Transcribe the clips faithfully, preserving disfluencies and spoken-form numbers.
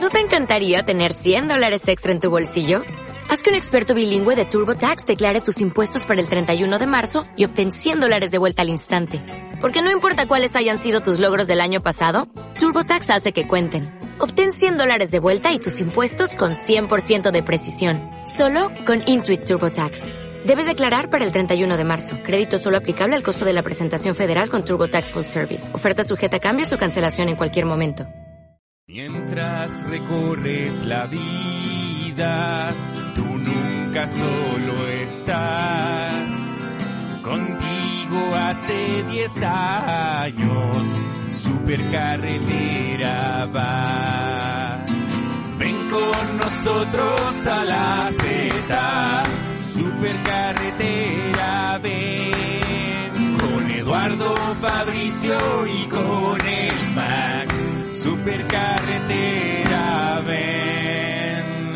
¿No te encantaría tener cien dólares extra en tu bolsillo? Haz que un experto bilingüe de TurboTax declare tus impuestos para el treinta y uno de marzo y obtén cien dólares de vuelta al instante. Porque no importa cuáles hayan sido tus logros del año pasado, TurboTax hace que cuenten. Obtén cien dólares de vuelta y tus impuestos con cien por ciento de precisión. Solo con Intuit TurboTax. Debes declarar para el treinta y uno de marzo. Crédito solo aplicable al costo de la presentación federal con TurboTax Full Service. Oferta sujeta a cambios o cancelación en cualquier momento. Mientras recorres la vida, tú nunca solo estás. Contigo hace diez años, Supercarretera va. Ven con nosotros a la Z, Supercarretera ven. Con Eduardo, Fabricio y con el Max. Supercarretera ven.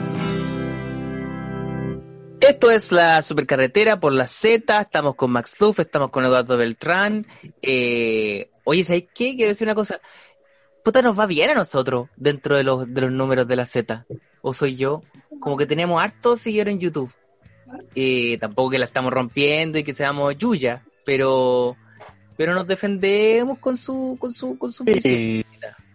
Esto es la Supercarretera por la Z. Estamos con Max Luff, estamos con Eduardo Beltrán. Eh, oye, ¿sabes qué? Quiero decir una cosa. Puta, nos va bien a nosotros dentro de los de los números de la Z. ¿O soy yo? Como que tenemos hartos seguidores en YouTube. Eh, tampoco que la estamos rompiendo y que seamos yuya, pero pero nos defendemos con su con su con su sí.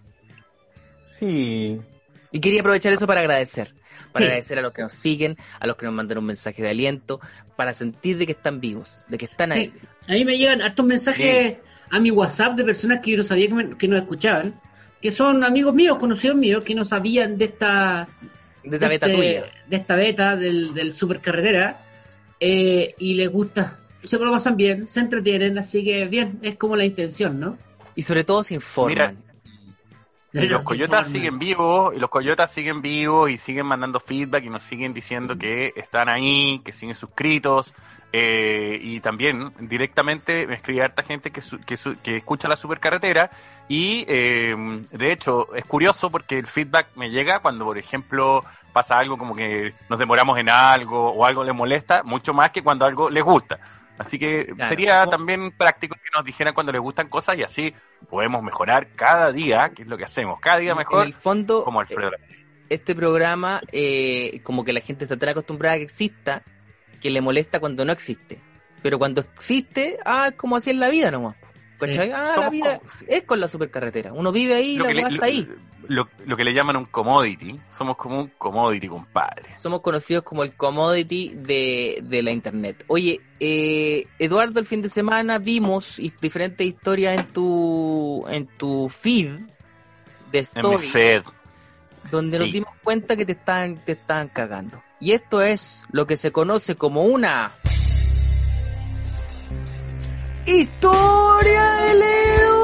sí. Y quería aprovechar eso para agradecer, para sí. agradecer a los que nos siguen, a los que nos mandan un mensaje de aliento, para sentir de que están vivos, de que están ahí. Sí. A mí me llegan hartos mensajes sí. a mi WhatsApp de personas que yo no sabía que, me, que nos escuchaban, que son amigos míos, conocidos míos, que no sabían de esta de esta beta este, tuya, de esta beta del, del Supercarretera, eh, y les gusta. Se lo pasan bien, se entretienen, así que bien, es como la intención, ¿no? Y sobre todo se informan. Mira, y los coyotas siguen vivos, y los coyotas siguen vivos y siguen mandando feedback y nos siguen diciendo que están ahí, que siguen suscritos, eh, y también directamente me escribe harta gente que, su, que, su, que escucha la Supercarretera y eh, de hecho es curioso porque el feedback me llega cuando, por ejemplo, pasa algo como que nos demoramos en algo o algo les molesta, mucho más que cuando algo les gusta. Así que claro, sería ¿cómo? También práctico que nos dijeran cuando les gustan cosas y así podemos mejorar cada día, que es lo que hacemos, cada día mejor. En el fondo, como Alfredo. Este programa, eh, como que la gente está tan acostumbrada a que exista, que le molesta cuando no existe. Pero cuando existe, ah, es como así en la vida nomás. ¿Cachai? Sí. Ah, Somos la vida como... es con la Supercarretera. Uno vive ahí y la weá está ahí. Lo, lo que le llaman un commodity. Somos como un commodity, compadre. Somos conocidos como el commodity de, de la internet. Oye, eh, Eduardo, el fin de semana vimos diferentes historias en tu en tu feed de story. En mi feed. Donde sí. nos dimos cuenta que te estaban, te estaban cagando. Y esto es lo que se conoce como una... ¡Historia de Leo!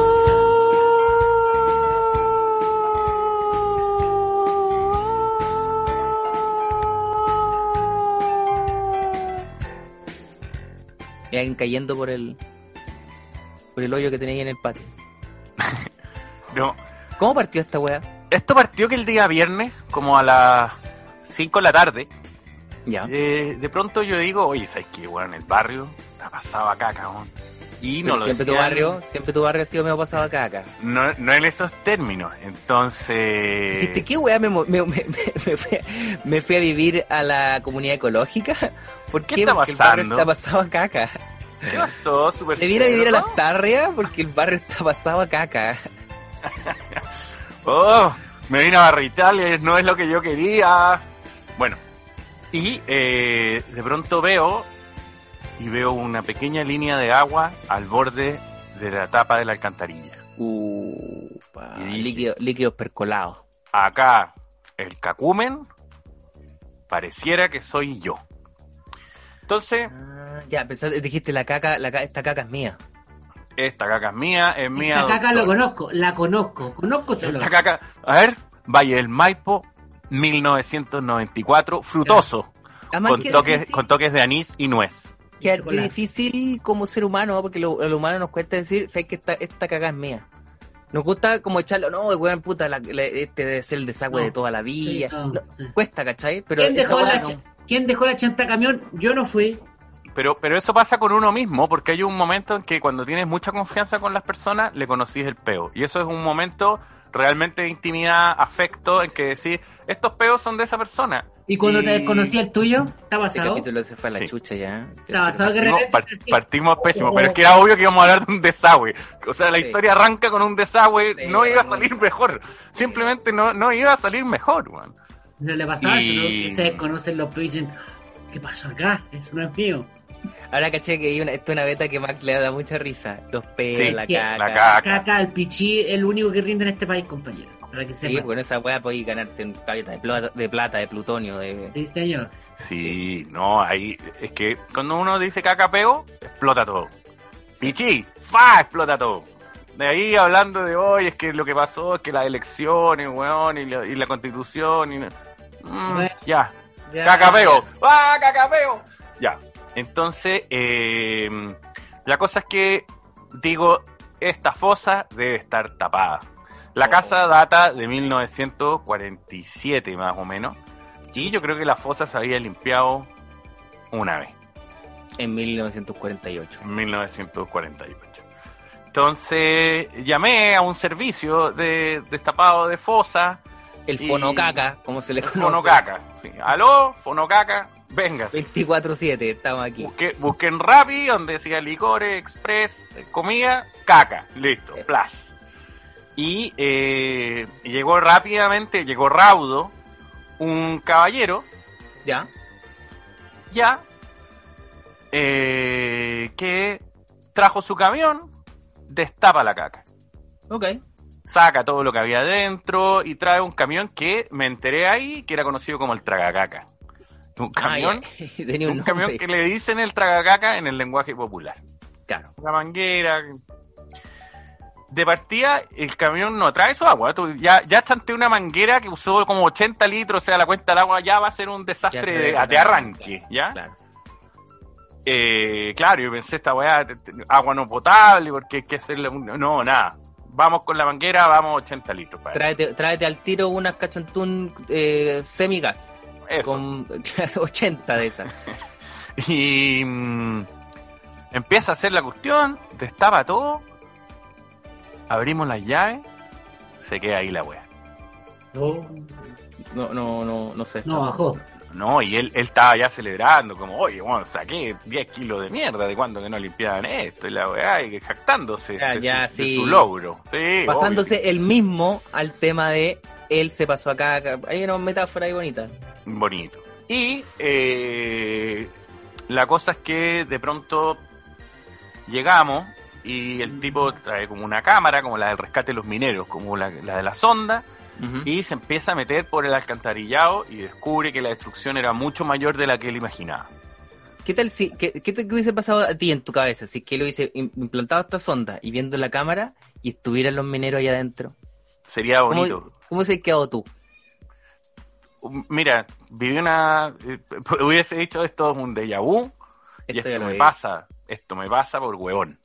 Y alguien cayendo por el por el hoyo que tenía ahí en el patio. No. ¿Cómo partió esta weá? Esto partió que el día viernes, como a las cinco de la tarde, ya. Eh, de pronto yo digo, oye, ¿sabes qué? Bueno, en el barrio está pasado acá, cabrón. Y no lo siempre decían, tu barrio, siempre tu barrio ha sido medio pasado acá, acá. No, no en esos términos, entonces... ¿Dijiste qué weá me, me, me, me, me, fui, me fui a vivir a la comunidad ecológica? ¿Por qué? ¿Qué está porque pasando? El barrio está pasado a caca. ¿Qué pasó? Super ¿Me vine a vivir a las Tarrias? Porque el barrio está pasado a caca. Oh, me vine a Barritales, no es lo que yo quería. Bueno, y eh, de pronto veo... y veo una pequeña línea de agua al borde de la tapa de la alcantarilla. Uh, pa, y dije, líquido, líquidos percolados. Acá, el cacumen, pareciera que soy yo. Entonces... Ah, ya, pensaste, dijiste la caca, la, esta caca es mía. Esta caca es mía, es mía. Esta caca doctor. lo conozco, la conozco, conozco Esta lo caca, a ver, Valle del Maipo, mil novecientos noventa y cuatro, frutoso, con toques, con toques de anís y nuez. Que es difícil como ser humano, porque lo, lo humano nos cuesta decir, sabes que esta, esta cagada es mía. Nos gusta como echarlo, no, weón, puta, la, la, este debe ser el desagüe no, de toda la villa. Sí, no, no, sí. Cuesta, ¿cachai? Pero ¿Quién dejó, la, no... ¿Quién dejó la chanta camión? Yo no fui. Pero, pero eso pasa con uno mismo, porque hay un momento en que cuando tienes mucha confianza con las personas, le conocís el peo. Y eso es un momento realmente de intimidad, afecto, en que decir, estos peos son de esa persona. ¿Y cuando Y- te desconocí el tuyo? ¿Está Este basado? capítulo se fue a la Sí. chucha ya. ¿Está basado que Partimos, repente- par- partimos pésimo, pero es que era obvio que íbamos a hablar de un desagüe. O sea, la Sí. historia arranca con un desagüe, Sí, no iba a muy salir bien. mejor. Simplemente no, no iba a salir mejor, weón. No le pasaba Y- eso, ¿no? Que se desconocen los peos y dicen, ¿qué pasó acá? Eso no es mío. Ahora caché que hay una, esto es una beta que Mac le da mucha risa. Los pedos, Sí, la que- caca. la caca. Caca, el pichí, el único que rinde en este país, compañero. Para que Sí, sepan. bueno, esa weá podéis ganarte un caballeta de plata, de plata, de plutonio, de... Sí, señor. Sí, no, ahí es que cuando uno dice cacapeo, explota todo. Pichi, fa, explota todo. De ahí hablando de hoy, es que lo que pasó es que las elecciones, weón, y la, y la constitución, y... Mm, Bueno. ya, Ya, cacapeo, ya. ¡ah, cacapeo! Ya, entonces, eh, la cosa es que, digo, esta fosa debe estar tapada. La Oh. casa data de mil novecientos cuarenta y siete más o menos, y yo creo que la fosa se había limpiado una vez, En mil novecientos cuarenta y ocho. en mil novecientos cuarenta y ocho. Entonces, llamé a un servicio de destapado de fosa, El Y- fonocaca, como se le conoce. Fonocaca, sí. Aló, Fonocaca, venga. veinticuatro siete, estamos aquí. Busqué, busqué en Rappi, donde decía licores, express, eh, comida, caca, listo, Eso. flash. Y eh, llegó rápidamente, llegó raudo, un caballero, ¿Ya? ya, eh, que trajo su camión, destapa la caca, Ok. saca todo lo que había dentro y trae un camión que me enteré ahí que era conocido como el tragacaca. Un camión, Ah, ya. Tenía un, un camión nombre. que le dicen el tragacaca en el lenguaje popular. Claro. La manguera. De partida, el camión no trae su agua. Tú ya, ya chanté una manguera que usó como ochenta litros, o sea, la cuenta del agua ya va a ser un Ya desastre se de, ve, de arranque, ¿ya? Claro. Eh, claro, yo pensé, esta weá, t- t- agua no potable, porque hay que hacerle un... No, nada. Vamos con la manguera, vamos ochenta litros. Para Tráete, tráete al tiro unas cachantún eh, semigas. eso. Con ochenta de esas. Y mm, empieza a hacer la cuestión, destapa todo, abrimos las llaves, se queda ahí la wea. No, No, no, no, no sé. no bajó. No, y él, él estaba ya celebrando, como, oye, bueno, saqué diez kilos de mierda de cuando que no limpiaban esto, y la weá, y jactándose Ya, de, ya, su, de sí. su logro. Sí, Pasándose obvio. el mismo al tema de él se pasó acá. acá. Hay una metáfora ahí bonita. Bonito. Y eh, la cosa es que de pronto llegamos y el tipo trae como una cámara, como la del rescate de los mineros, como la, la de la sonda, Ujú. y se empieza a meter por el alcantarillado y descubre que la destrucción era mucho mayor de la que él imaginaba. ¿Qué tal si, qué, qué te hubiese pasado a ti en tu cabeza si es que él hubiese im- implantado esta sonda y viendo la cámara y estuvieran los mineros allá adentro? Sería bonito. ¿Cómo, cómo hubiese quedado tú? Mira, viví una... eh, hubiese dicho esto es un déjà vu, y Esto ya esto lo me vi. pasa, esto me pasa por huevón.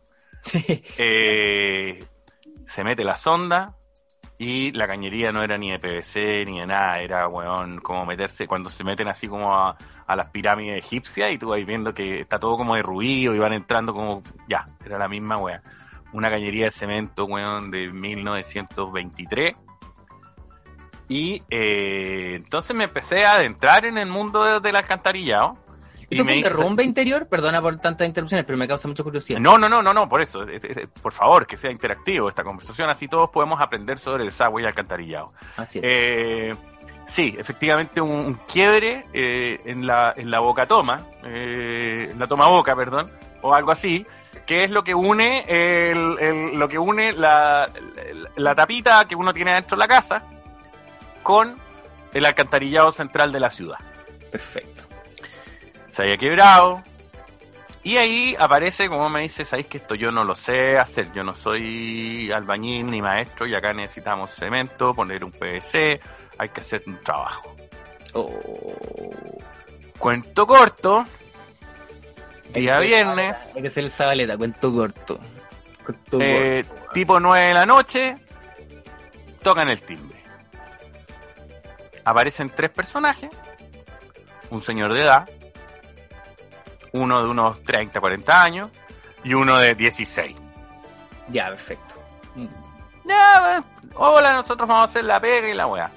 Eh, se mete la sonda y la cañería no era ni de P V C ni de nada, era, weón, como meterse cuando se meten así como a, a las pirámides egipcias y tú vas viendo que está todo como derruido y van entrando como, ya, era la misma weá. Una cañería de cemento, weón, de mil novecientos veintitrés. Y eh, entonces me empecé a adentrar en el mundo de- del alcantarillado. ¿Esto me fue un dije- derrumbe interior? Perdona por tantas interrupciones, pero me causa mucha curiosidad. No, no, no, no, no, por eso, eh, eh, por favor, que sea interactivo esta conversación, así todos podemos aprender sobre el desagüe y alcantarillado. Así es. Eh, sí, efectivamente un, un quiebre eh, en la en la boca toma, eh, en la toma boca, perdón, o algo así, que es lo que une el, el- lo que une la, la, la tapita que uno tiene dentro de la casa con el alcantarillado central de la ciudad. Perfecto. Se había quebrado. Y ahí aparece, como me dice, sabéis que esto yo no lo sé hacer, yo no soy albañil ni maestro y acá necesitamos cemento, poner un P V C, hay que hacer un trabajo. Oh. Cuento corto, día Hay que ser- viernes, Hay que ser el Zabaleta, cuento corto. Cuento eh, corto. tipo nueve de la noche, tocan el timbre. Aparecen tres personajes, un señor de edad, uno de unos treinta, cuarenta años y uno de dieciséis. Ya, perfecto. Mm. Ya, hola, nosotros vamos a hacer la pega y la weá.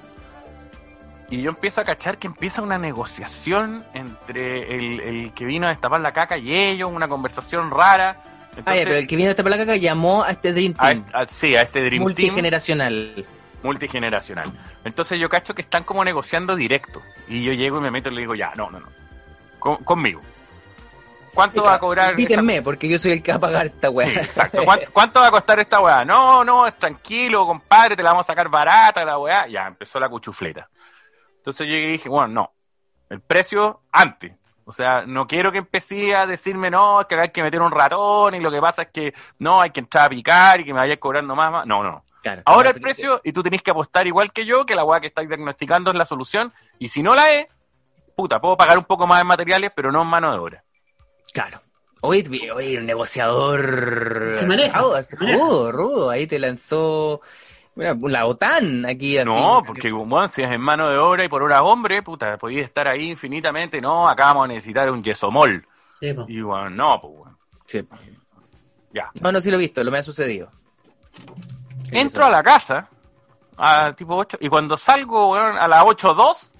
Y yo empiezo a cachar que empieza una negociación entre el, el que vino a destapar la caca y ellos, una conversación rara. Entonces, ah, ya, pero el que vino a destapar la caca llamó a este Dream Team. A, a, sí, a este Dream multigeneracional. Team. Multigeneracional. Entonces yo cacho que están como negociando directo. Y yo llego y me meto y le digo, ya, no, no, no. Con, conmigo. ¿Cuánto va a cobrar? Invítenme, esta... porque yo soy el que va a pagar esta weá. Sí, exacto. ¿Cuánto, ¿Cuánto va a costar esta weá? No, no, es tranquilo, compadre, te la vamos a sacar barata la weá. Ya, empezó la cuchufleta. Entonces yo dije, bueno, no. El precio antes. O sea, no quiero que empecé a decirme, no, es que hay que meter un ratón y lo que pasa es que no, hay que entrar a picar y que me vayas cobrando más, más. No, no. Claro, ahora el precio, y tú tenés que apostar igual que yo, que la weá que estáis diagnosticando es la solución, y si no la es, puta, puedo pagar un poco más en materiales, pero no en mano de obra. Claro. Oye, oye, un negociador se maneja, rudo, se maneja. rudo, rudo, ahí te lanzó mira, la OTAN aquí así. No, porque bueno, si es en mano de obra y por hora hombre, puta, podías estar ahí infinitamente, no, acá vamos a necesitar un yesomol. Sí, po. Y bueno, no, pues bueno. Sí. Ya. No, no, sí lo he visto, lo me ha sucedido. Entro a la casa, a tipo ocho, y cuando salgo, bueno, a las ocho dos,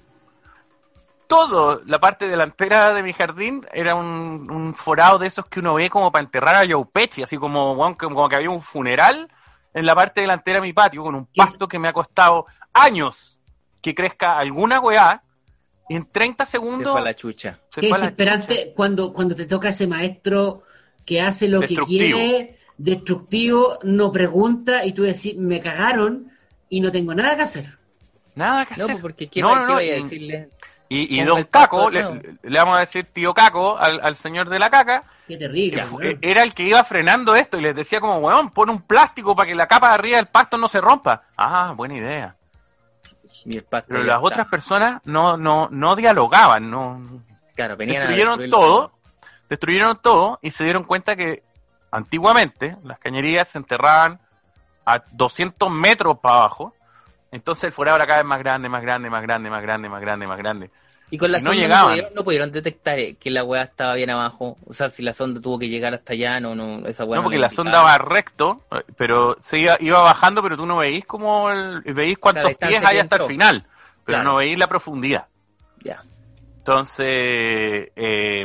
todo, la parte delantera de mi jardín era un, un forado de esos que uno ve como para enterrar a Joe Pesci, así como, bueno, como que había un funeral en la parte delantera de mi patio, con un pasto que me ha costado años que crezca alguna weá, y en treinta segundos... Se fue a la chucha. Se fue a la chucha. Cuando, cuando te toca ese maestro que hace lo que quiere... destructivo, no pregunta y tú decís, me cagaron y no tengo nada que hacer. Nada que no, hacer. No, porque ¿qué no, va, no, ¿qué no, vaya y, a decirle? Y, y don Caco, le, le vamos a decir tío Caco al, al señor de la caca. Qué terrible. Que, era el que iba frenando esto y les decía como, weón, pon un plástico para que la capa de arriba del pasto no se rompa. Ah, buena idea. Y el pasto Pero las está. Otras personas no, no, no dialogaban, no. Claro, venían destruyeron a todo, destruyeron todo y se dieron cuenta que antiguamente las cañerías se enterraban a doscientos metros para abajo, entonces el forado era cada vez más grande, más grande, más grande, más grande, más grande, más grande. Y con la y sonda no llegaban. No pudieron, no pudieron detectar que la weá estaba bien abajo, o sea, si la sonda tuvo que llegar hasta allá, no, no, esa weá no. No, porque la indicaba. Sonda va recto, pero se iba, iba bajando, pero tú no veís como el, veís cuántos pies hay hasta el final, pero claro. No veís la profundidad. Ya. Entonces, eh,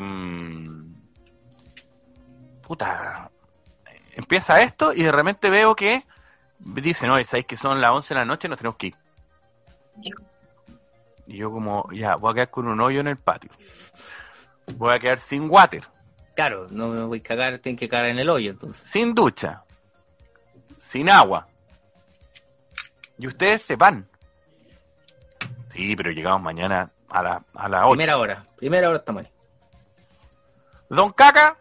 puta... Empieza esto y de repente veo que dice, no, sabéis que son las once de la noche, nos tenemos que ir. Y yo como, ya, voy a quedar con un hoyo en el patio. Voy a quedar sin water. Claro, no me voy a cagar, tengo que cagar en el hoyo entonces. Sin ducha. Sin agua. Y ustedes se van. Sí, pero llegamos mañana a la, a la ocho. Primera hora, primera hora estamos ahí. Don Caca,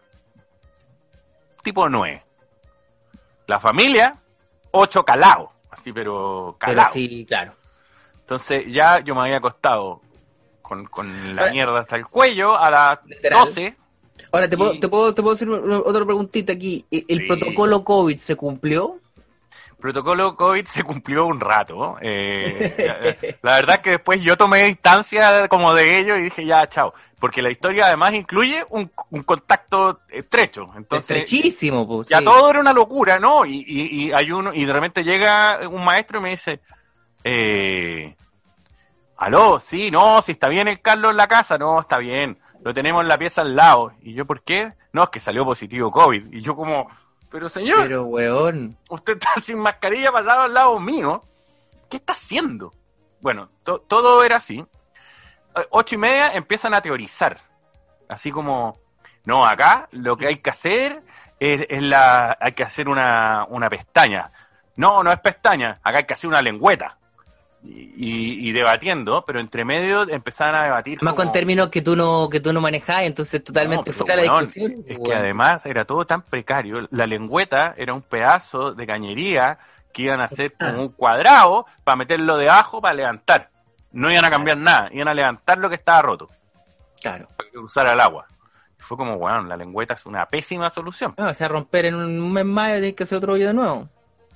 tipo nueve. La familia, ocho calados, así pero calados. Pero sí, claro. Entonces ya yo me había acostado con, con la Ahora, mierda hasta el cuello a las literal. doce. Ahora, ¿te, y... puedo, te, puedo, ¿te puedo hacer otra preguntita aquí? ¿El sí. protocolo COVID se cumplió? El protocolo COVID se cumplió un rato. Eh, la, la verdad que después yo tomé distancia como de ello y dije ya, chao. Porque la historia además incluye un, un contacto estrecho. Entonces, estrechísimo, pues. Ya sí. todo era una locura, ¿no? Y, y, y hay uno, y de repente llega un maestro y me dice, eh, aló, sí, no, si está bien el Carlos en la casa, no, está bien, lo tenemos en la pieza al lado. Y yo, ¿por qué? No, es que salió positivo COVID. Y yo como, pero señor, pero weón, usted está sin mascarilla pasado al lado mío, ¿qué está haciendo? Bueno, to, todo era así. Ocho y media empiezan a teorizar, así como, no, acá lo que hay que hacer es, es la, hay que hacer una, una pestaña. No, no es pestaña, acá hay que hacer una lengüeta. Y, y, y debatiendo, pero entre medio empezaban a debatir. Más como... con términos que tú no, que tú no manejabas, entonces totalmente no, fuera bueno, la discusión. Es bueno. que además era todo tan precario. La lengüeta era un pedazo de cañería que iban a hacer como un cuadrado para meterlo debajo para levantar. No iban a cambiar nada, iban a levantar lo que estaba roto. Claro. Para que usara el agua. Fue como, bueno, la lengüeta es una pésima solución. No, o sea, romper en un mes más y tienes que hacer otro hoyo de nuevo.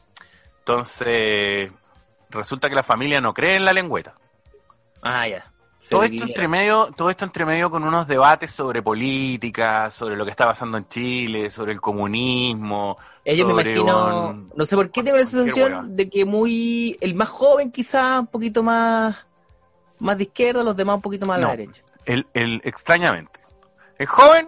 Entonces, resulta que la familia no cree en la lengüeta. Ah, ya. Todo esto, entre medio, todo esto entre medio con unos debates sobre política, sobre lo que está pasando en Chile, sobre el comunismo. Ellos me sobre imagino, un... no sé por qué tengo la sensación hueá. de que muy, el más joven quizá un poquito más, más de izquierda, los demás un poquito más a la No, derecha. el, el, extrañamente. El joven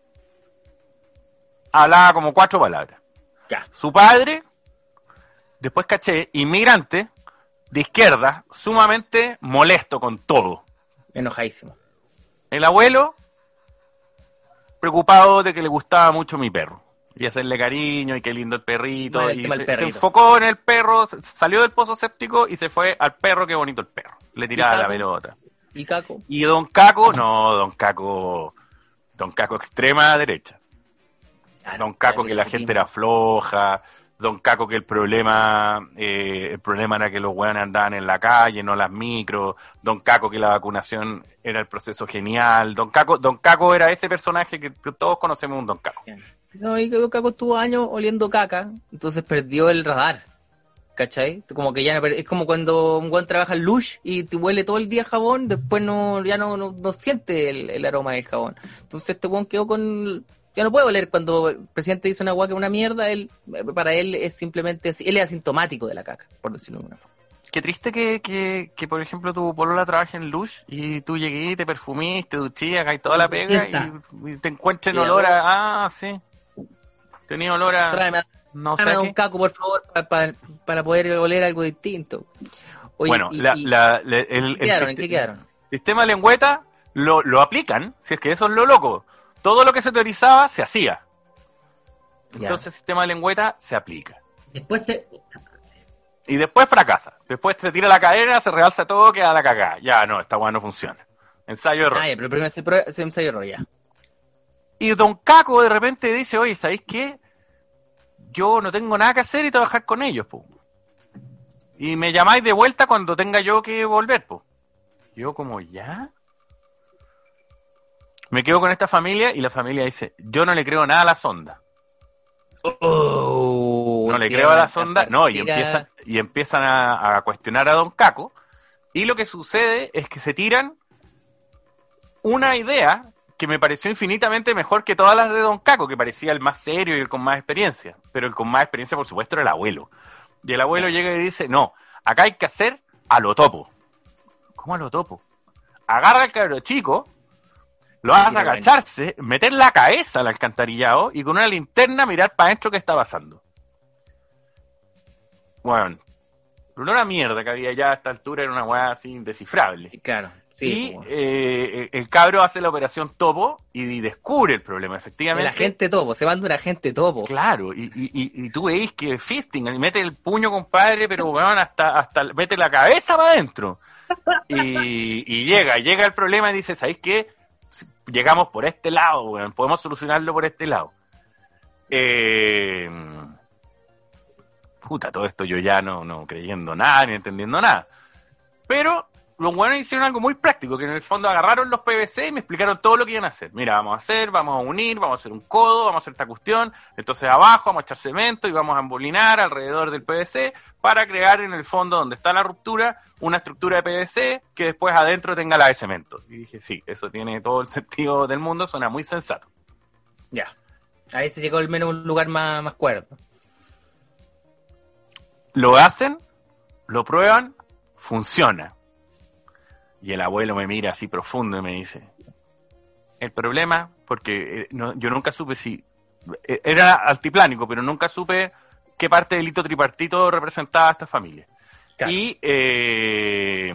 hablaba como cuatro palabras. Ya. Su padre, después caché, inmigrante, de izquierda, sumamente molesto con todo. Enojadísimo. El abuelo, preocupado de que le gustaba mucho mi perro. Y hacerle cariño, y qué lindo el perrito. Vale, el y tema se, del se perrito. enfocó en el perro, salió del pozo séptico y se fue al perro, qué bonito el perro. Le tiraba ¿Y la Caco? pelota. ¿Y Caco? Y don Caco, no, don Caco, don Caco extrema derecha. Ah, Don no, Caco ya, que la ya, gente ya. era floja, Don Caco que el problema eh, el problema era que los hueones andaban en la calle, no las micros, Don Caco que la vacunación era el proceso genial, Don Caco, Don Caco era ese personaje que todos conocemos, un Don Caco. No, y que Don Caco estuvo años oliendo caca, entonces perdió el radar. ¿Cachai? Como que ya no, es como cuando un guan trabaja en Lush y te huele todo el día jabón, después no ya no, no, no siente el, el aroma del jabón. Entonces este guan quedó con... Ya no puede oler cuando el presidente dice una agua que es una mierda, él para él es simplemente... Él es asintomático de la caca, por decirlo de alguna forma. Qué triste que, que, que por ejemplo, tu polola trabaja en Lush y tú llegué, te perfumís, te duchís, hagáis toda la pega y, y te encuentres en olor a... Ah, sí. Tenía olor a... Tráeme, no sé tráeme qué. un caco, por favor, para, para, para poder oler algo distinto. Oye, bueno, y, la, y, la, la, el, ¿en qué quedaron? ¿En el, qué quedaron? sistema lengüeta lo, lo aplican, si es que eso es lo loco. Todo lo que se teorizaba se hacía. Entonces Ya. el sistema lengüeta se aplica. Después se... Y después fracasa. Después se tira la cadena, se realza todo, queda la cagada. Ya, no, esta weá no funciona. Ensayo error. Ah, ya, pero primero se, prueba- se ensayo error ya. Y Don Caco de repente dice, oye, ¿sabéis qué? Yo no tengo nada que hacer y trabajar con ellos, po. Y me llamáis de vuelta cuando tenga yo que volver, po. Yo como, ¿ya? Me quedo con esta familia y la familia dice, yo no le creo nada a la sonda. Oh, No le tira creo a la una sonda, no, y partida. empiezan, y empiezan a, a cuestionar a Don Caco. Y lo que sucede es que se tiran una idea que me pareció infinitamente mejor que todas las de Don Caco, que parecía el más serio y el con más experiencia. Pero el con más experiencia, por supuesto, era el abuelo. Y el abuelo llega y dice, no, acá hay que hacer a lo topo. ¿Cómo a lo topo? Agarra al cabro chico, lo hace Tira agacharse, meter la cabeza al alcantarillado y con una linterna mirar para adentro qué está pasando. Bueno, pero no era mierda que había ya a esta altura, era una weá así indescifrable. Claro, sí. y pues, eh, el cabro hace la operación topo y descubre el problema, el efectivamente. agente topo, se manda un agente topo. Claro, y, y, y, y tú veis que fisting, y mete el puño, compadre, pero weón, hasta, hasta mete la cabeza para adentro. Y, y llega, llega el problema y dice, ¿sabéis qué? Llegamos por este lado, weón, podemos solucionarlo por este lado. Eh... Puta, todo esto yo ya no, no creyendo nada, ni entendiendo nada. Pero los buenos hicieron algo muy práctico, que en el fondo agarraron los P V C y me explicaron todo lo que iban a hacer. Mira, vamos a hacer, vamos a unir, vamos a hacer un codo, vamos a hacer esta cuestión. Entonces abajo vamos a echar cemento y vamos a embolinar alrededor del P V C para crear en el fondo donde está la ruptura una estructura de P V C que después adentro tenga la de cemento. Y dije, sí, eso tiene todo el sentido del mundo, suena muy sensato. Ya. Ahí se llegó al menos a un lugar más, más cuerdo. Lo hacen, lo prueban, funciona. Y el abuelo me mira así profundo y me dice, el problema, porque eh, no, yo nunca supe si, eh, era altiplánico, pero nunca supe qué parte del hito tripartito representaba a esta familia. Claro. Y eh,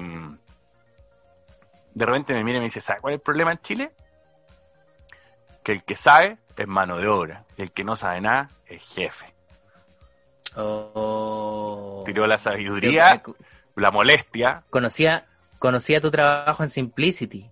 de repente me mira y me dice, ¿sabe cuál es el problema en Chile? Que el que sabe es mano de obra, y el que no sabe nada es jefe. Oh. Tiró la sabiduría, Yo, eh, la molestia. Conocía, conocía tu trabajo en Simplicity.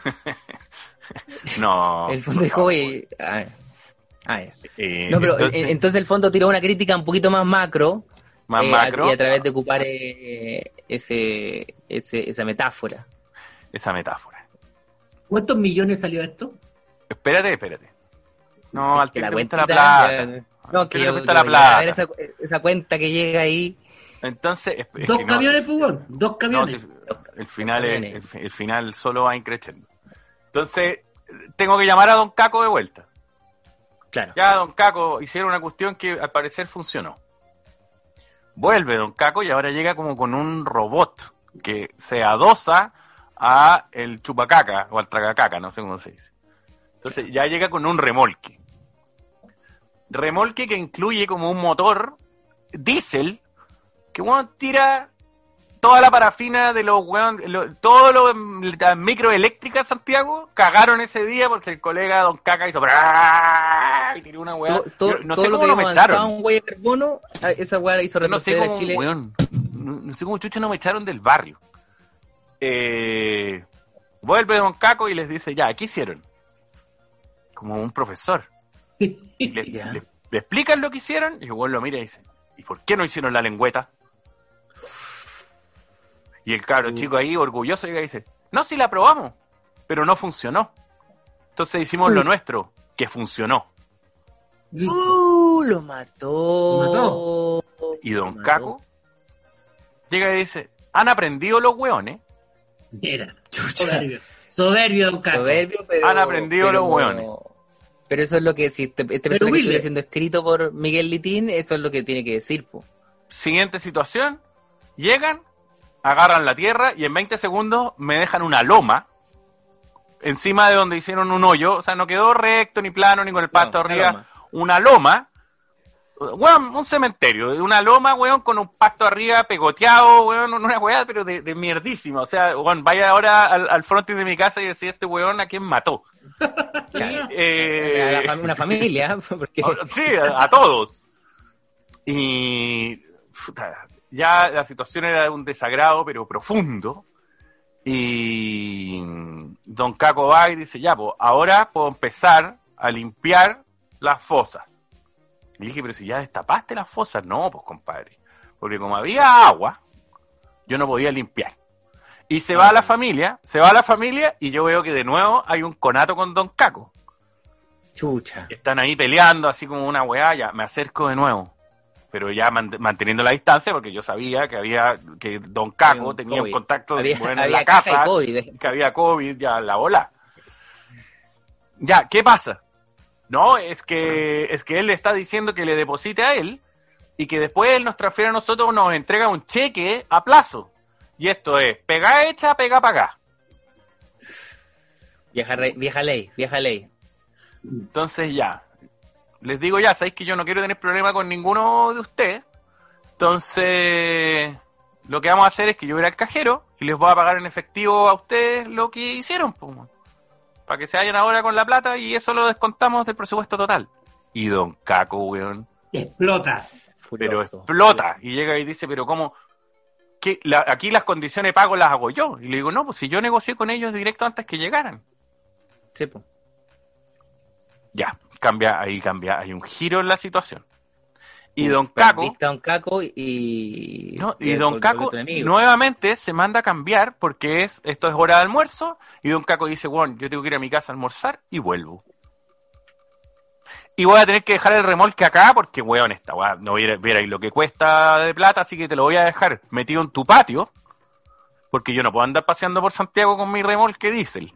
No. El fondo dijo, oye, ah, ah, ya. Eh, No, pero entonces, entonces, entonces el fondo tiró una crítica un poquito más macro. más eh, macro, a, y a través de ocupar eh, ese, ese, esa metáfora. esa metáfora. ¿Cuántos millones salió esto? Espérate, espérate. No, al Que que la le gusta la cuentita, plata. ya- no, que le yo, gusta yo la voy a ver plata. esa, esa cuenta que llega ahí. Entonces, es, es dos que camiones, no, fugón, dos camiones. No, si, el final es, el, el final solo va increciendo. Entonces, tengo que llamar a Don Caco de vuelta. Claro. Ya Don Caco hicieron una cuestión que al parecer funcionó. Vuelve Don Caco y ahora llega como con un robot que se adosa a el chupacaca o al tragacaca, no sé cómo se dice. Entonces ya llega con un remolque. Remolque que incluye como un motor diésel que bueno, tira toda la parafina de los weón, lo, todo lo, las microeléctricas Santiago cagaron ese día porque el colega Don Caca hizo y tiró una weá. Todo, todo, no todo sé lo cómo que no me echaron. Un güey de carbono, esa weá hizo no sé retroceder cómo, a Chile. Weón, no, no sé cómo chucha no me echaron del barrio. Eh, vuelve Don Caco y les dice, ya, ¿qué hicieron? Como un profesor. Y le, le, le explican lo que hicieron y el weón lo mira y dice, ¿y por qué no hicieron la lengüeta? Y el cabro uh. chico ahí, orgulloso, llega y dice, no, sí la probamos, pero no funcionó. Entonces hicimos uh. lo nuestro, que funcionó. ¡Uh! Lo mató. Lo mató. Y Don Caco llega y dice, ¿han aprendido los hueones? Mira, soberbio. Soberbio, Don Caco. Soberbio, pero, Han aprendido pero, los hueones. Pero eso es lo que, si este, este personaje estuviera siendo escrito por Miguel Litín, eso es lo que tiene que decir, po. Siguiente situación, llegan, agarran la tierra y en veinte segundos me dejan una loma encima de donde hicieron un hoyo, o sea, no quedó recto ni plano ni con el pasto no, arriba, loma. una loma, weón, un cementerio, una loma, weón, con un pasto arriba pegoteado, weón, una weá, pero de, de mierdísima, o sea, weón, vaya ahora al, al frontis de mi casa y decir, este weón, ¿a quién mató? Y, eh, a la, una familia, porque... sí, a, a todos. Y... Puta, ya la situación era de un desagrado, pero profundo. Y Don Caco va y dice, ya, pues, ahora puedo empezar a limpiar las fosas. Y dije, pero si ya destapaste las fosas. No, pues, compadre. Porque como había agua, yo no podía limpiar. Y se va a la familia, se va a la familia, y yo veo que de nuevo hay un conato con Don Caco. Chucha. Están ahí peleando, así como una weá, ya, me acerco de nuevo. Pero ya man, manteniendo la distancia, porque yo sabía que había que Don Caco un tenía COVID. un contacto había, bueno, había en la casa, COVID. que había COVID, ya la bola. Ya, ¿qué pasa? No, es que es que él le está diciendo que le deposite a él y que después él nos transfiere a nosotros, nos entrega un cheque a plazo. Y esto es, pega hecha, pega pagá. Vieja, re, vieja ley, vieja ley. Entonces ya, les digo ya, sabéis que yo no quiero tener problema con ninguno de ustedes. Entonces, lo que vamos a hacer es que yo voy a ir al cajero y les voy a pagar en efectivo a ustedes lo que hicieron, pues, para que se vayan ahora con la plata y eso lo descontamos del presupuesto total. Y Don Caco, weón, explota. Pero explota. Y llega y dice, pero ¿cómo? ¿Qué? La, aquí las condiciones de pago las hago yo. Y le digo, no, pues si yo negocié con ellos directo antes que llegaran. Sí, pues. Ya, cambia, ahí cambia, hay un giro en la situación. Y Don Caco... Don Caco y... No, y Don Caco nuevamente se manda a cambiar porque es esto es hora de almuerzo y Don Caco dice, bueno, yo tengo que ir a mi casa a almorzar y vuelvo. Y voy a tener que dejar el remolque acá porque, weón, esta weón, no vierais lo que cuesta de plata, así que te lo voy a dejar metido en tu patio porque yo no puedo andar paseando por Santiago con mi remolque diésel.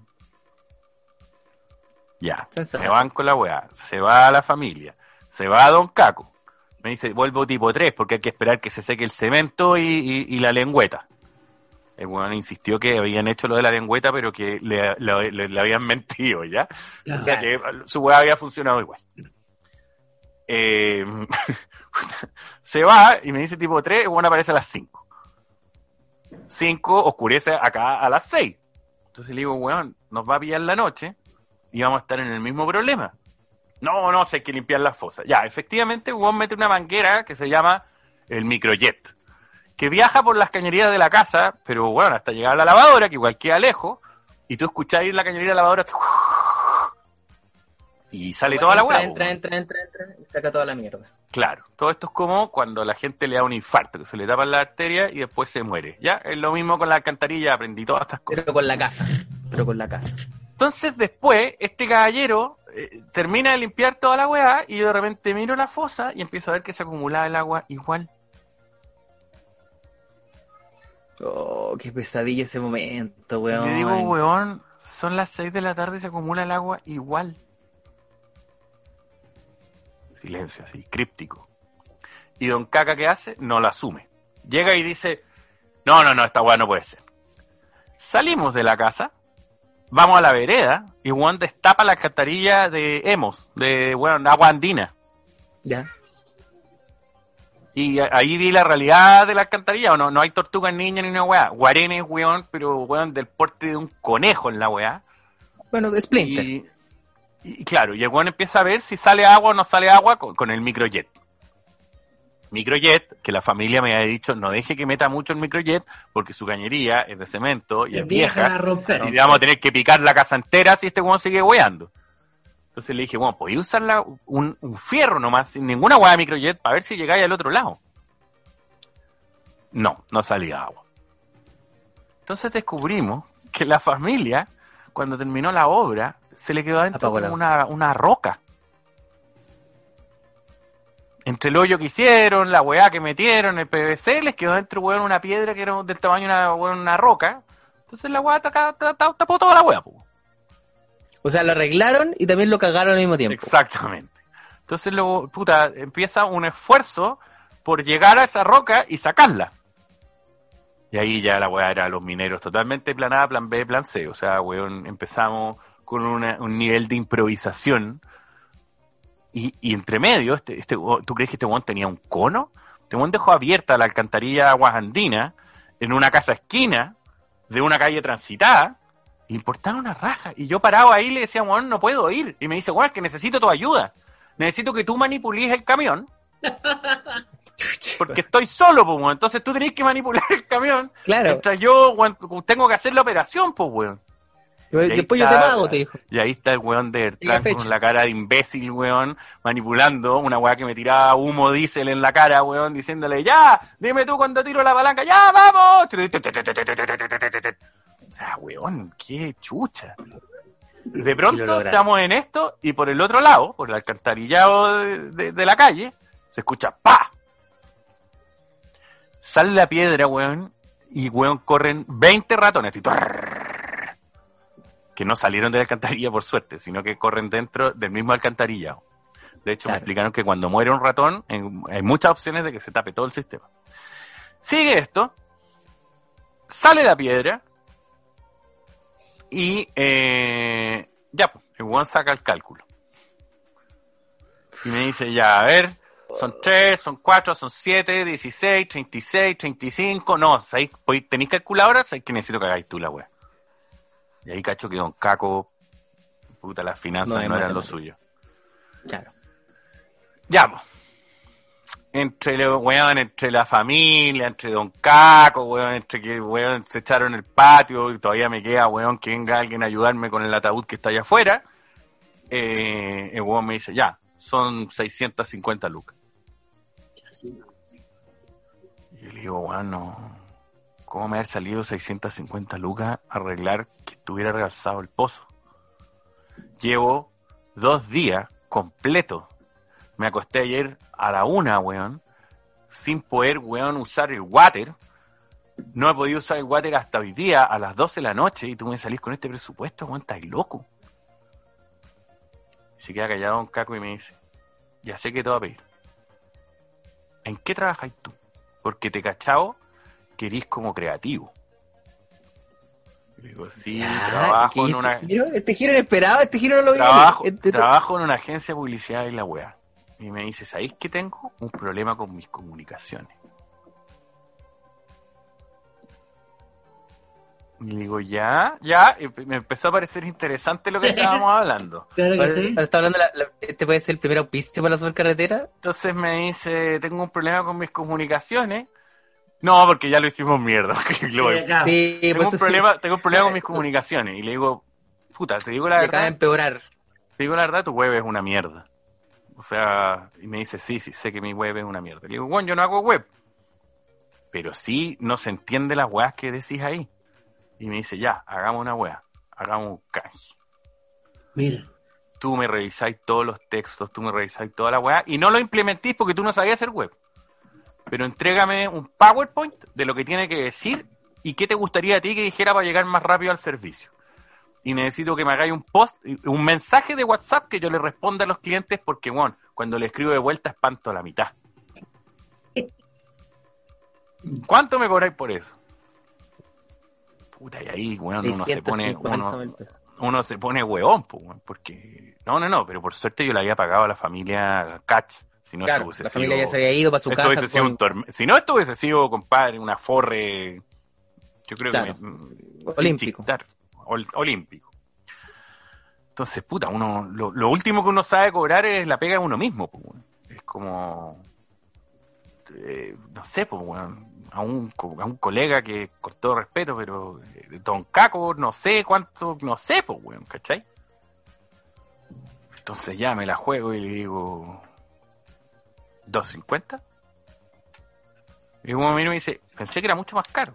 Ya, me van con la weá, se va a la familia, se va a Don Caco, me dice, vuelvo tipo tres, porque hay que esperar que se seque el cemento y, y, y la lengüeta. El weón insistió que habían hecho lo de la lengüeta, pero que le, le, le, le habían mentido, ¿ya? Claro. O sea que su weá había funcionado igual. Eh, se va y me dice tipo tres, el weón aparece a las cinco. cinco oscurece acá a las seis. Entonces le digo, weón, nos va a pillar la noche y vamos a estar en el mismo problema. No, no, si hay que limpiar las fosas. Ya, efectivamente, Juan mete una manguera que se llama el microjet, que viaja por las cañerías de la casa, pero bueno, hasta llegar a la lavadora, que igual queda lejos, y tú escuchás ir la cañería de la lavadora y sale bueno, toda la hueá. Entra, entra, entra, entra, y saca toda la mierda. Claro, todo esto es como cuando a la gente le da un infarto, que se le tapan la arteria y después se muere. Ya, es lo mismo con la alcantarilla, aprendí todas estas cosas. Pero con la casa, pero con la casa. Entonces después, este caballero eh, termina de limpiar toda la weá y yo de repente miro la fosa y empiezo a ver que se acumulaba el agua igual. Oh, qué pesadilla ese momento, weón. Le digo, weón, son las seis de la tarde y se acumula el agua igual. Silencio así, críptico. Y don Caca, ¿qué hace? No la asume. Llega y dice, no, no, no, esta weá no puede ser. Salimos de la casa, vamos a la vereda y weón destapa la alcantarilla de Hemos, de weón, agua andina. Ya. Y ahí vi la realidad de la alcantarilla, no, no hay tortugas niñas ni una weá. Guarenes, weón, pero weón del porte de un conejo en la weá. Bueno, de Splinter. Y, y claro, y el weón empieza a ver si sale agua o no sale agua con, con el microjet. Microjet, que la familia me había dicho, no deje que meta mucho el microjet, porque su cañería es de cemento y es, es vieja, a romper, y le vamos a tener que picar la casa entera si este weón sigue weando. Entonces le dije, bueno, podía usar la, un, un fierro nomás, sin ninguna weá de microjet, para ver si llegáis al otro lado. No, no salía agua. Entonces descubrimos que la familia, cuando terminó la obra, se le quedó adentro como una, una roca. Entre el hoyo que hicieron, la weá que metieron, el P V C, les quedó dentro, weón, una piedra que era del tamaño de una, weón, una roca. Entonces la weá tapó toda la weá, pues. O sea, lo arreglaron y también lo cagaron al mismo tiempo. Exactamente. Entonces, luego, puta, empieza un esfuerzo por llegar a esa roca y sacarla. Y ahí ya la weá era los mineros totalmente plan A, plan B, plan C. O sea, weón, empezamos con una, un nivel de improvisación. Y, y entre medio, este, este, ¿tú crees que este weón tenía un cono? Este weón dejó abierta la alcantarilla de aguas andinas en una casa esquina de una calle transitada. Importaba una raja. Y yo parado ahí le decía, weón, no puedo ir. Y me dice, weón, es que necesito tu ayuda. Necesito que tú manipules el camión. Porque estoy solo, pues, weón. Entonces tú tenés que manipular el camión. Claro. Mientras yo, weón, tengo que hacer la operación, pues, weón. Después yo te pago, te dijo. Y ahí está el weón de Bertrand con la cara de imbécil, weón, manipulando una weá que me tiraba humo diésel en la cara, weón, diciéndole, ya, dime tú cuando tiro la palanca, ya, vamos. O sea, weón, qué chucha. De pronto estamos en esto y por el otro lado, por el alcantarillado de, de, de la calle, se escucha ¡pa! Sale la piedra, weón, y weón corren veinte ratones y que no salieron de la alcantarilla por suerte, sino que corren dentro del mismo alcantarillado. De hecho, claro, me explicaron que cuando muere un ratón, hay muchas opciones de que se tape todo el sistema. Sigue esto, sale la piedra, y eh, ya, pues, el weón saca el cálculo. Y me dice, ya, a ver, son tres, son cuatro, son siete, dieciséis, treinta y seis, treinta y cinco, no, ¿sabéis? ¿Tenéis calculadora? ¿Sabéis que necesito que hagáis tú la weá? Y ahí cacho que don Caco, puta, las finanzas no, no eran lo suyo. Claro. Ya, pues. Entre los weón, entre la familia, entre don Caco, weón, entre que weón se echaron en el patio y todavía me queda, weón, que venga alguien a ayudarme con el ataúd que está allá afuera. Eh, el weón me dice, ya, son seiscientas cincuenta lucas. Y yo le digo, weón, no. ¿Cómo me haber salido seiscientas cincuenta lucas a arreglar que estuviera rebalsado el pozo? Llevo dos días completos. Me acosté ayer a la una, weón, sin poder, weón, usar el water. No he podido usar el water hasta hoy día a las doce de la noche y tú me salís con este presupuesto, weón, estás loco. Se queda callado don Caco y me dice, ya sé que te voy a pedir. ¿En qué trabajáis tú? Porque te cachao que eres como creativo. Y digo, sí, ya, trabajo en una... Este giro, este giro inesperado, este giro no lo vi. Trabajo, este... trabajo en una agencia de publicidad y la weá. Y me dice, ¿sabéis que tengo un problema con mis comunicaciones? Y le digo, ya, ya, y me empezó a parecer interesante lo que estábamos hablando. Claro que sí. Ahora está hablando, la, la, este puede ser el primer auspicio para la supercarretera. Entonces me dice, tengo un problema con mis comunicaciones. No, porque ya lo hicimos mierda. sí, tengo, un problema, tengo un problema con mis comunicaciones. Y le digo, puta, te digo la verdad. Acaba de empeorar. Te digo la verdad, tu web es una mierda. O sea, y me dice, sí, sí, sé que mi web es una mierda. Le digo, bueno, yo no hago web. Pero sí no se entiende las weas que decís ahí. Y me dice, ya, hagamos una wea. Hagamos un canje. Mira. Tú me revisáis todos los textos, tú me revisáis toda la wea. Y no lo implementís porque tú no sabías hacer web. Pero entrégame un PowerPoint de lo que tiene que decir ¿y qué te gustaría a ti que dijera para llegar más rápido al servicio? Y necesito que me hagáis un post, un mensaje de WhatsApp que yo le responda a los clientes porque, bueno, cuando le escribo de vuelta espanto a la mitad. ¿Cuánto me cobráis por eso? Puta, y ahí, bueno, uno se pone, uno, uno se pone hueón, pues, porque, no, no, no, pero por suerte yo le había pagado a la familia Catch. Si no, claro, esto la sido, familia ya se había ido para su esto casa. Con... Sido un torme... Si no, esto hubiese sido, compadre, una forre, yo creo claro. que... Me... Olímpico. Ol... Olímpico. Entonces, puta, uno lo, lo último que uno sabe cobrar es la pega de uno mismo, pues, bueno. Es como... Eh, no sé, pues, bueno, a un, a un colega que, con todo respeto, pero eh, Don Caco, no sé cuánto, no sé, pues, bueno, ¿cachai? Entonces ya me la juego y le digo... ¿dos cincuenta? Y un momento me dice, pensé que era mucho más caro.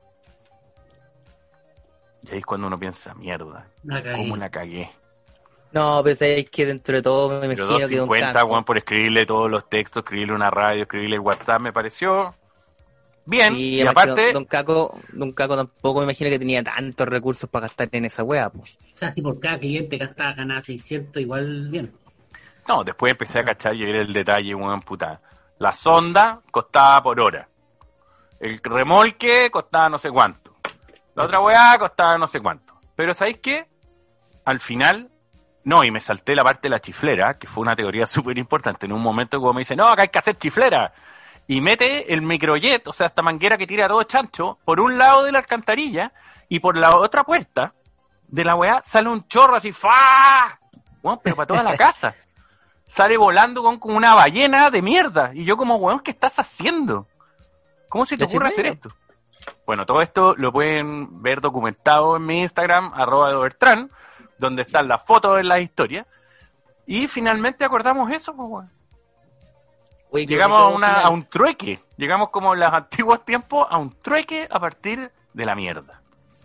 Y ahí es cuando uno piensa, mierda, ¿cómo la cagué? No, pero es que dentro de todo me imagino pero que Don Caco... Juan, por escribirle todos los textos, escribirle una radio, escribirle el WhatsApp, me pareció bien. Sí, y aparte... Don Caco, Don Caco tampoco me imagino que tenía tantos recursos para gastar en esa wea, pues. O sea, si por cada cliente gastaba, ganaba seiscientos, igual bien. No, después empecé a cachar y ver el detalle, weón, puta. La sonda costaba por hora. El remolque costaba no sé cuánto. La otra weá costaba no sé cuánto. Pero ¿sabéis qué? Al final, no, y me salté la parte de la chiflera, que fue una teoría súper importante. En un momento como me dice, no, acá hay que hacer chiflera. Y mete el microjet, o sea, esta manguera que tira todo chancho, por un lado de la alcantarilla, y por la otra puerta de la weá sale un chorro así, ¡fa! Bueno, pero para toda la casa. Sale volando con, con una ballena de mierda. Y yo como, weón, ¿qué estás haciendo? ¿Cómo se te ocurre hacer esto? Bueno, todo esto lo pueden ver documentado en mi Instagram, arroba Dobertran, donde están las fotos de las historias. Y finalmente acordamos eso, pues, weón. Oye, llegamos a, una, a un trueque. Llegamos como en los antiguos tiempos a un trueque a partir de la mierda.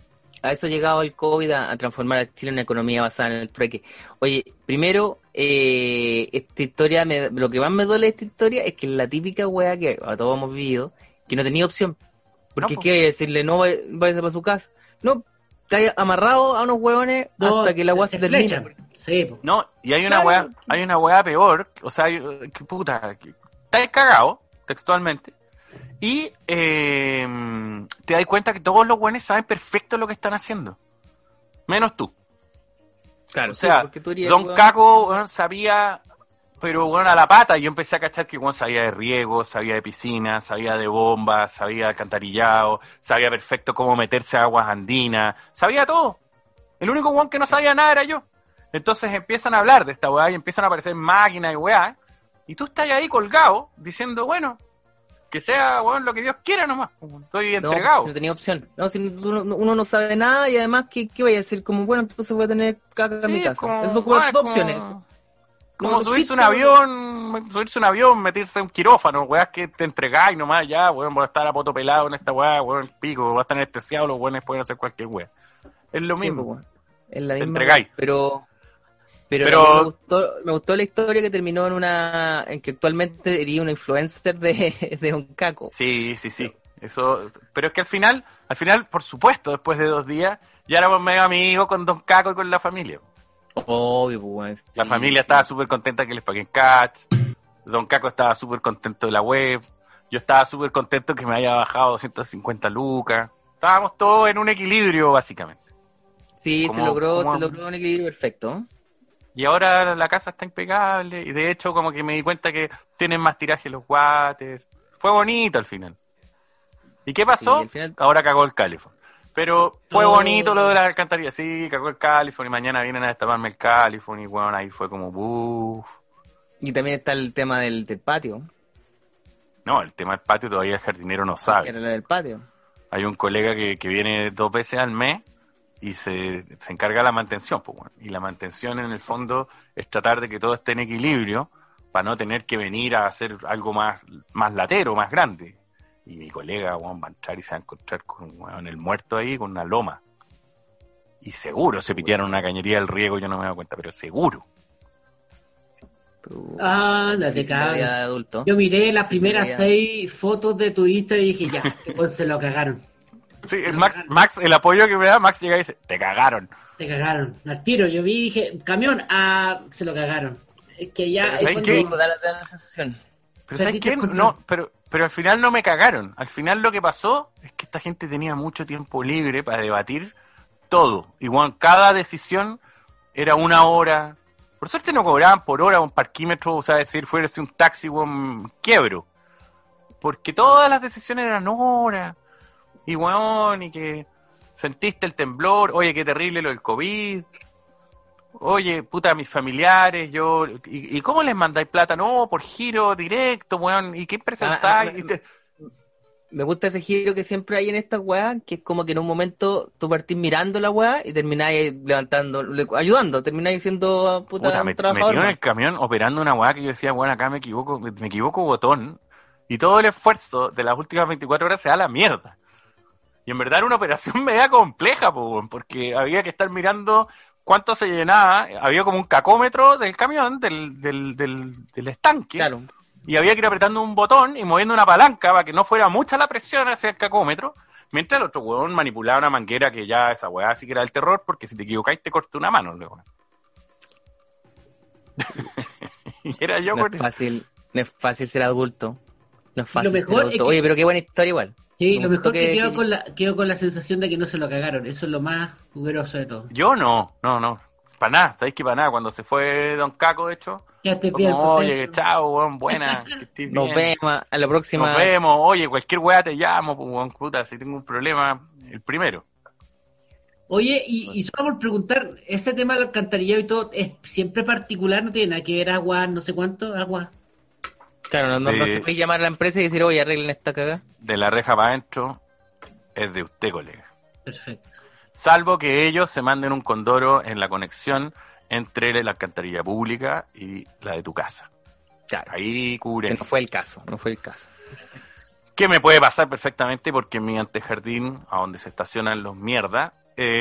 A eso ha llegado el COVID, a, a transformar a Chile en una economía basada en el trueque. Oye, primero, eh, esta historia, me, lo que más me duele de esta historia es que es la típica wea que a todos hemos vivido, que no tenía opción. Porque no, ¿qué hay que decirle? No, vaya para su casa. No, está amarrado a unos hueones no, hasta que la wea se termine. Sí, po. No, y hay una claro. wea, hay una wea peor, o sea, que puta, que está cagado, textualmente. Y eh, te das cuenta que todos los buenos saben perfecto lo que están haciendo. Menos tú. Claro, o sea, sí, tú Don bueno, Caco bueno, sabía, pero bueno, a la pata. Yo empecé a cachar que bueno, sabía de riego, sabía de piscina, sabía de bombas, sabía de alcantarillado, sabía perfecto cómo meterse a aguas andinas, sabía todo. El único weón que no sabía nada era yo. Entonces empiezan a hablar de esta weá y empiezan a aparecer máquinas y weá. Y tú estás ahí colgado diciendo, bueno... que sea, bueno, lo que Dios quiera nomás. Estoy entregado. No, si no tenía opción. No, si uno, uno no sabe nada y además, ¿qué, qué vaya a decir? Como, bueno, entonces voy a tener caca sí, en mi casa. Como, Eso son como ah, dos como, opciones. Como, como subirse un avión, subirse un avión, meterse en un quirófano, weá, que te entregáis nomás ya, weón, voy a estar a poto pelado en esta weá, weón, el pico, va a estar anestesiado, los weones pueden hacer cualquier weá. Es lo sí, mismo. Pues, es la te misma, entregáis. Pero... Pero, Pero... Me, gustó, me gustó la historia que terminó en una en que actualmente sería una influencer de, de un caco. Sí, sí, sí. Eso, pero es que al final, al final, por supuesto, después de dos días, ya éramos medio amigos con Don Caco y con la familia. Obvio, pues. Sí, la familia sí. estaba súper contenta que les paguen catch. Don Caco estaba súper contento de la web. Yo estaba súper contento que me haya bajado doscientas cincuenta lucas. Estábamos todos en un equilibrio, básicamente. Sí, como, se logró, como... se logró un equilibrio perfecto. Y ahora la casa está impecable. Y de hecho, como que me di cuenta que tienen más tiraje los waters. Fue bonito al final. ¿Y qué pasó? Sí, final... Ahora cagó el Californ. Pero fue oh. bonito lo de las alcantarillas. Sí, cagó el Californ y mañana vienen a destaparme el Californ. Y bueno, ahí fue como buf. Y también está el tema del, del patio. No, el tema del patio todavía el jardinero no sabe. ¿Qué era del patio? Hay un colega que, que viene dos veces al mes. Y se, se encarga de la mantención, pues bueno. Y la mantención en el fondo es tratar de que todo esté en equilibrio para no tener que venir a hacer algo más, más latero, más grande. Y mi colega, bueno, va a entrar y se va a encontrar con bueno, el muerto ahí, con una loma. Y seguro se pitearon una cañería del riego, yo no me doy cuenta, pero seguro. Ándate, cabrón. Yo miré las primeras seis fotos de tu Insta y dije, ya, que pues se lo cagaron. Sí, el Max, Max, el apoyo que me da, Max llega y dice, te cagaron. Te cagaron. Al tiro, yo vi y dije, camión, ah, se lo cagaron. Es que ya... Pero es ¿sabes cuando- qué? Da la, da la sensación. Pero ¿sabes Perdiste qué? el control. No, pero, pero al final no me cagaron. Al final lo que pasó es que esta gente tenía mucho tiempo libre para debatir todo. Igual cada decisión era una hora. Por suerte no cobraban por hora un parquímetro, o sea, decir, fuese un taxi, un quiebro. Porque todas las decisiones eran horas. Y weón, y que sentiste el temblor, oye, qué terrible lo del COVID. Oye, puta, mis familiares, yo... ¿Y, y cómo les mandáis plata? No, por giro directo, weón. ¿Y qué empresa Ah, usáis? ah, Y te- Me gusta ese giro que siempre hay en estas weas, que es como que en un momento tú partís mirando la wea y termináis levantando, le- ayudando, termináis siendo puta, Puta, un me, trabajador. metido en más. el camión operando una weá que yo decía, bueno, acá me equivoco, me, me equivoco botón. Y todo el esfuerzo de las últimas veinticuatro horas se da a la mierda. Y en verdad era una operación media compleja, po, weón, porque había que estar mirando cuánto se llenaba. Había como un cacómetro del camión, del, del, del, del estanque. Claro. Y había que ir apretando un botón y moviendo una palanca para que no fuera mucha la presión hacia el cacómetro, mientras el otro huevón manipulaba una manguera que ya esa weá sí que era el terror, porque si te equivocáis te corta una mano, luego. Y era yo No con es fácil, no es fácil ser adulto. No es fácil mejor ser adulto. es que- Oye, pero qué buena historia igual. Sí, Me lo gustó mejor que, que- quedó, que- con la, quedó con la sensación de que no se lo cagaron. Eso es lo más jugueroso de todo. Yo no, no, no. Para nada, ¿sabéis que para nada? Cuando se fue Don Caco, de hecho, Ya te fue pido como, el oye, contexto. chao, weón, buena, que estés Nos bien. vemos a la próxima. Nos vemos, oye, cualquier weá te llamo, pues, weón, puta, si tengo un problema, el primero. Oye, y, y solo por preguntar, ese tema del alcantarillado y todo, ¿es siempre particular? ¿No tiene nada que ver agua, no sé cuánto, agua? Claro, no, no, no De- se puede llamar a la empresa y decir, oye, arreglen esta cagada. De la reja para adentro, es de usted, colega. Perfecto. Salvo que ellos se manden un condoro en la conexión entre la alcantarilla pública y la de tu casa. Claro. Ahí Que cubren. no fue el caso, no fue el caso. Que me puede pasar perfectamente porque en mi antejardín, a donde se estacionan los mierda,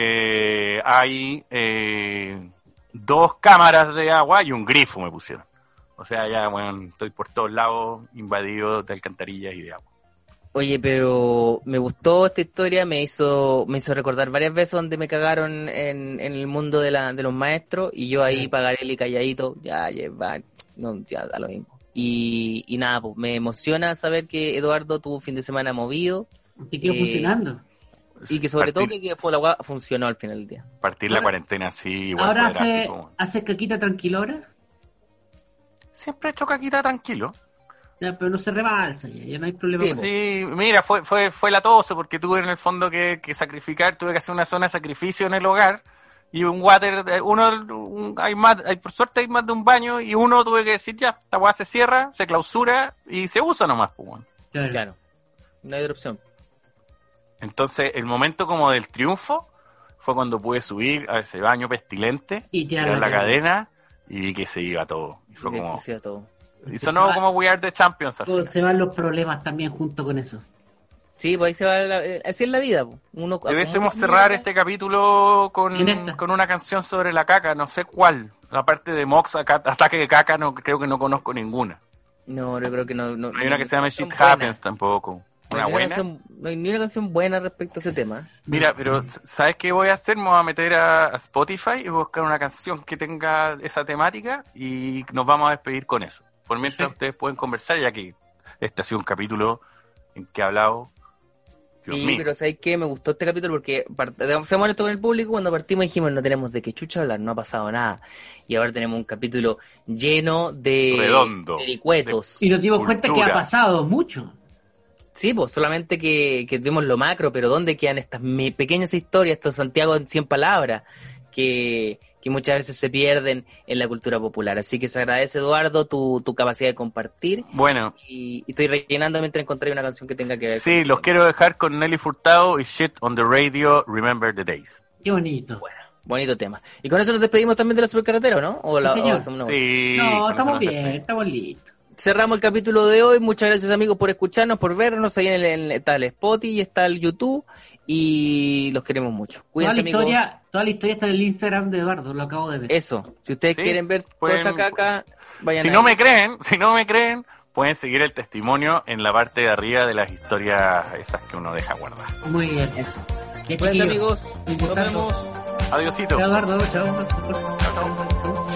eh, hay eh, dos cámaras de agua y un grifo me pusieron. O sea, ya, bueno, estoy por todos lados invadido de alcantarillas y de agua. Oye, pero me gustó esta historia, me hizo me hizo recordar varias veces donde me cagaron en, en el mundo de la de los maestros y yo ahí pagaré calladito, ya, ya, va, no, ya da lo mismo. Y, y nada, pues me emociona saber que Eduardo tuvo un fin de semana movido ¿Y quedó Eh, funcionando? y que sobre Partir- todo que, que fue la weá funcionó al final del día. Partir la Ahora- cuarentena así, igual ¿Ahora fue hace, drástico. hace caquita tranquilo ahora? Siempre he hecho caquita tranquilo. Ya, pero no se rebalsa, ya, ya no hay problema. Sí, con- Sí, mira, fue fue fue la tos porque tuve en el fondo que, que sacrificar, tuve que hacer una zona de sacrificio en el hogar y un water, eh, uno, un- hay más, hay, por suerte hay más de un baño y uno tuve que decir ya, esta weá se cierra, se clausura y se usa nomás, pues, weón. Claro. Claro, no hay otra opción. Entonces el momento como del triunfo fue cuando pude subir a ese baño pestilente, Y tirar tirar la la cadena. cadena y vi que se iba todo. Y fue Que- como, que sea todo. y sonó como We Are the Champions al Pues final. se van los problemas también junto con eso. Sí, pues ahí se va, la- eh, así es la vida. Pues. Uno Debemos cerrar este capítulo con, En esta. con una canción sobre la caca, no sé cuál. La parte de Mox, acá- ataque de caca, no creo que no conozco ninguna. No, yo creo que no. No, No hay una que se llame Shit buena. Happens tampoco. No ¿Una hay buena? canción- no hay ni una canción buena respecto a ese tema. Mira, pero s- ¿sabes qué voy a hacer? Me voy a meter a, a Spotify y buscar una canción que tenga esa temática y nos vamos a despedir con eso. Por mientras Sí. ustedes pueden conversar, ya que este ha sido un capítulo en que he hablado... Dios Sí, mío. pero ¿sabes qué? Me gustó este capítulo porque part- seamos honestos con el público, cuando partimos dijimos no tenemos de qué chucha hablar, no ha pasado nada. Y ahora tenemos un capítulo lleno de Redondo. vericuetos. Y nos dimos cuenta que Cultura. ha pasado mucho. Sí, pues solamente que, que vemos lo macro, pero ¿dónde quedan estas mi- pequeñas historias, estos Santiago en cien palabras, que, que muchas veces se pierden en la cultura popular? Así que se agradece, Eduardo, tu, tu capacidad de compartir. Bueno, Y, y estoy rellenando mientras encontré una canción que tenga que ver sí, con- los quiero dejar con Nelly Furtado y Shit on the Radio, Remember the Days. Qué bonito. Bonito tema. Y con eso nos despedimos también de la supercarretera, ¿no? ¿O la, Sí, señor. o hacemos una- Sí, No, con eso estamos nos bien, despedimos. estamos listos. Cerramos el capítulo de hoy. Muchas gracias, amigos, por escucharnos, por vernos. Ahí en el, en- está el Spotify, está el YouTube y los queremos mucho. Toda Cuídense, la, amigos. historia, toda la historia está en el Instagram de Eduardo, lo acabo de ver. Eso. Si ustedes Sí, quieren ver pueden- toda esa caca, vayan Si ahí. no me creen, si no me creen, pueden seguir el testimonio en la parte de arriba de las historias esas que uno deja guardar. Muy bien, eso. Bueno, amigos, nos vemos. Adiósito. Chao, Eduardo. Chao. Chao, chao.